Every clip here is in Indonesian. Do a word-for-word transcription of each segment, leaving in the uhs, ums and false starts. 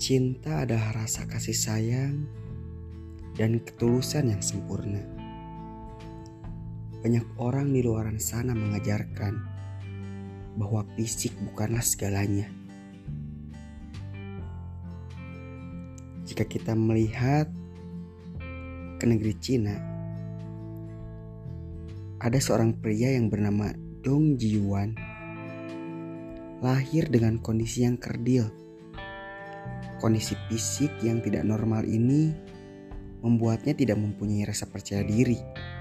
Cinta adalah rasa kasih sayang dan ketulusan yang sempurna. Banyak orang di luar sana mengajarkan bahwa fisik bukanlah segalanya. Jika kita melihat ke negeri Cina, ada seorang pria yang bernama Dong Jiwan, lahir dengan kondisi yang kerdil. Kondisi fisik yang tidak normal ini membuatnya tidak mempunyai rasa percaya diri.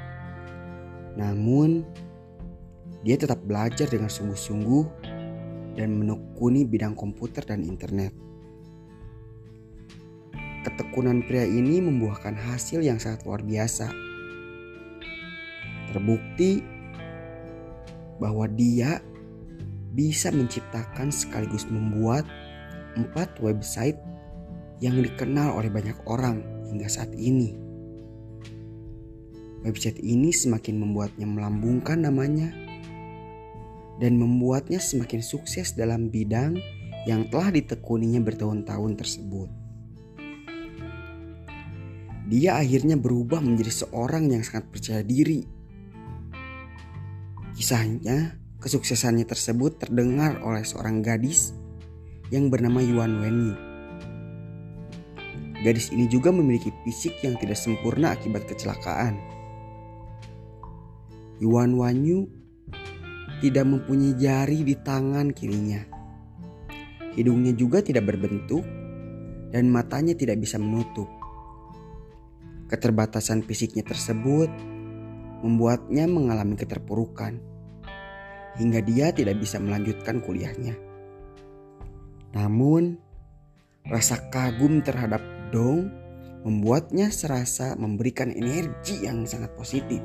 Namun, dia tetap belajar dengan sungguh-sungguh dan menekuni bidang komputer dan internet. Ketekunan pria ini membuahkan hasil yang sangat luar biasa. Terbukti bahwa dia bisa menciptakan sekaligus membuat empat website yang dikenal oleh banyak orang hingga saat ini. Website ini semakin membuatnya melambungkan namanya dan membuatnya semakin sukses dalam bidang yang telah ditekuninya bertahun-tahun tersebut. Dia akhirnya berubah menjadi seorang yang sangat percaya diri. Kisahnya, kesuksesannya tersebut terdengar oleh seorang gadis yang bernama Yuan Wenyu. Gadis ini juga memiliki fisik yang tidak sempurna akibat kecelakaan. Yuan Wenyu tidak mempunyai jari di tangan kirinya. Hidungnya juga tidak berbentuk dan matanya tidak bisa menutup. Keterbatasan fisiknya tersebut membuatnya mengalami keterpurukan hingga dia tidak bisa melanjutkan kuliahnya. Namun, rasa kagum terhadap Dong membuatnya serasa memberikan energi yang sangat positif.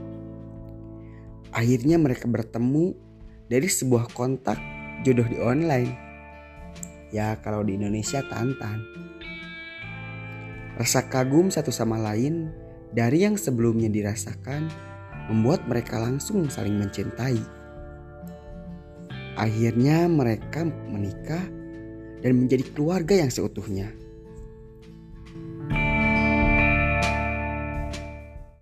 Akhirnya mereka bertemu dari sebuah kontak jodoh di online. Ya, kalau di Indonesia Tantan. Rasa kagum satu sama lain dari yang sebelumnya dirasakan membuat mereka langsung saling mencintai. Akhirnya mereka menikah dan menjadi keluarga yang seutuhnya.